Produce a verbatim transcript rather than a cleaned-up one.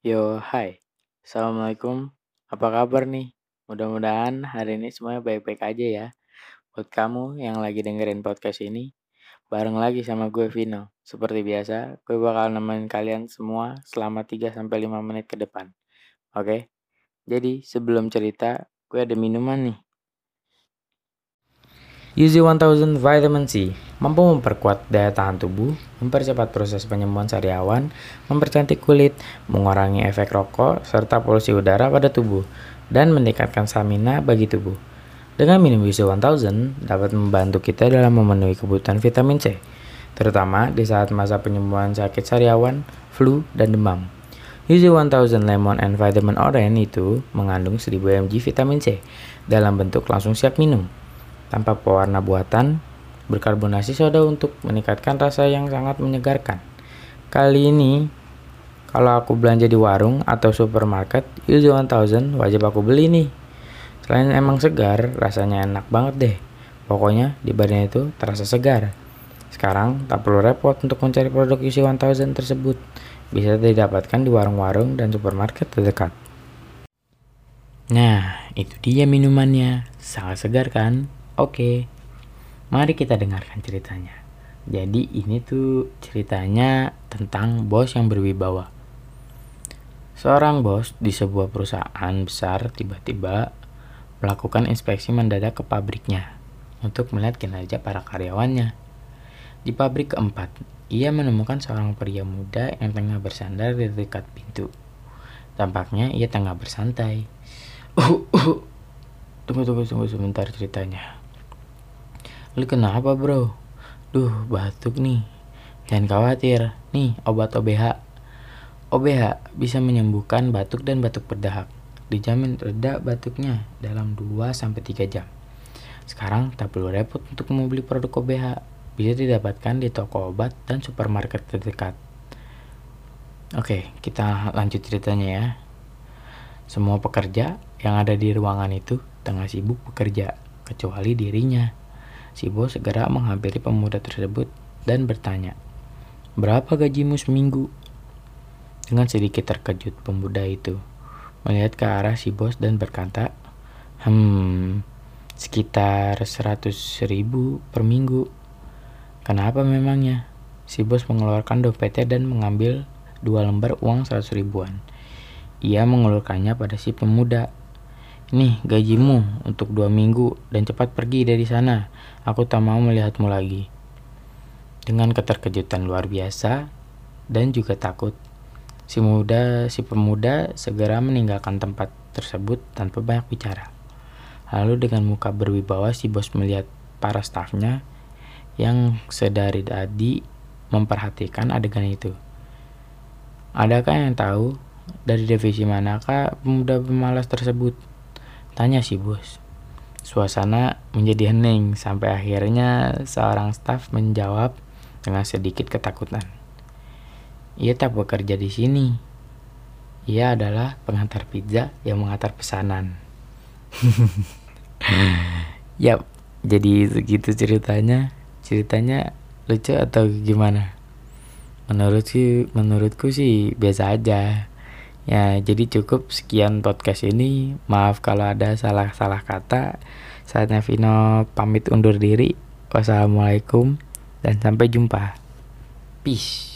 Yo, hai. Assalamualaikum. Apa kabar nih? Mudah-mudahan hari ini semuanya baik-baik aja ya. Buat kamu yang lagi dengerin podcast ini, bareng lagi sama gue Vino. Seperti biasa, gue bakal nemenin kalian semua selama tiga sampai lima menit ke depan. Oke? Jadi, sebelum cerita, gue ada minuman nih. U Z seribu Vitamin C mampu memperkuat daya tahan tubuh, mempercepat proses penyembuhan sariawan, mempercantik kulit, mengurangi efek rokok, serta polusi udara pada tubuh, dan meningkatkan stamina bagi tubuh. Dengan minum U Z seribu dapat membantu kita dalam memenuhi kebutuhan vitamin C, terutama di saat masa penyembuhan sakit sariawan, flu, dan demam. U Z seribu Lemon and Vitamin Orange itu mengandung seribu miligram vitamin C dalam bentuk langsung siap minum, tanpa pewarna buatan, berkarbonasi soda untuk meningkatkan rasa yang sangat menyegarkan. Kali ini, kalau aku belanja di warung atau supermarket, U Z seribu wajib aku beli nih. Selain emang segar, rasanya enak banget deh. Pokoknya di badannya itu terasa segar. Sekarang tak perlu repot untuk mencari produk U Z seribu tersebut. Bisa didapatkan di warung-warung dan supermarket terdekat. Nah, itu dia minumannya. Sangat segar kan? Oke, mari kita dengarkan ceritanya. Jadi ini tuh ceritanya tentang bos yang berwibawa. Seorang bos di sebuah perusahaan besar tiba-tiba melakukan inspeksi mendadak ke pabriknya untuk melihat kinerja para karyawannya. Di pabrik keempat, ia menemukan seorang pria muda yang tengah bersandar di dekat pintu. Tampaknya ia tengah bersantai. Uh, uh. Tunggu, tunggu, tunggu sebentar ceritanya. Lu kenapa bro? Duh batuk nih. Jangan khawatir, nih obat O B H. O B H bisa menyembuhkan batuk dan batuk berdahak. Dijamin reda batuknya dalam dua sampai tiga jam. Sekarang tak perlu repot untuk membeli produk O B H. Bisa didapatkan di toko obat dan supermarket terdekat. Oke, kita lanjut ceritanya ya. Semua pekerja yang ada di ruangan itu tengah sibuk bekerja, kecuali dirinya. Si bos segera menghampiri pemuda tersebut dan bertanya, "Berapa gajimu seminggu?" Dengan sedikit terkejut pemuda itu melihat ke arah si bos dan berkata, Hmm, sekitar seratus ribu per minggu. Kenapa memangnya? Si bos mengeluarkan dompetnya dan mengambil dua lembar uang seratus ribuan. Ia mengulurkannya pada si pemuda. Nih gajimu untuk dua minggu dan cepat pergi dari sana. Aku tak mau melihatmu lagi. Dengan keterkejutan luar biasa dan juga takut, si muda si pemuda segera meninggalkan tempat tersebut tanpa banyak bicara. Lalu dengan muka berwibawa si bos melihat para stafnya yang sedari tadi memperhatikan adegan itu. Adakah yang tahu dari divisi manakah pemuda pemalas tersebut? Tanya si bos. Suasana menjadi hening sampai akhirnya seorang staf menjawab dengan sedikit ketakutan. Ia tak bekerja di sini. Ia adalah pengantar pizza yang mengantar pesanan. Yap, jadi segitu ceritanya. Ceritanya lucu atau gimana? Menurut sih, menurutku sih biasa aja. Ya, jadi cukup sekian podcast ini. Maaf kalau ada salah-salah kata. Saatnya Vino pamit undur diri. Wassalamualaikum dan sampai jumpa. Peace.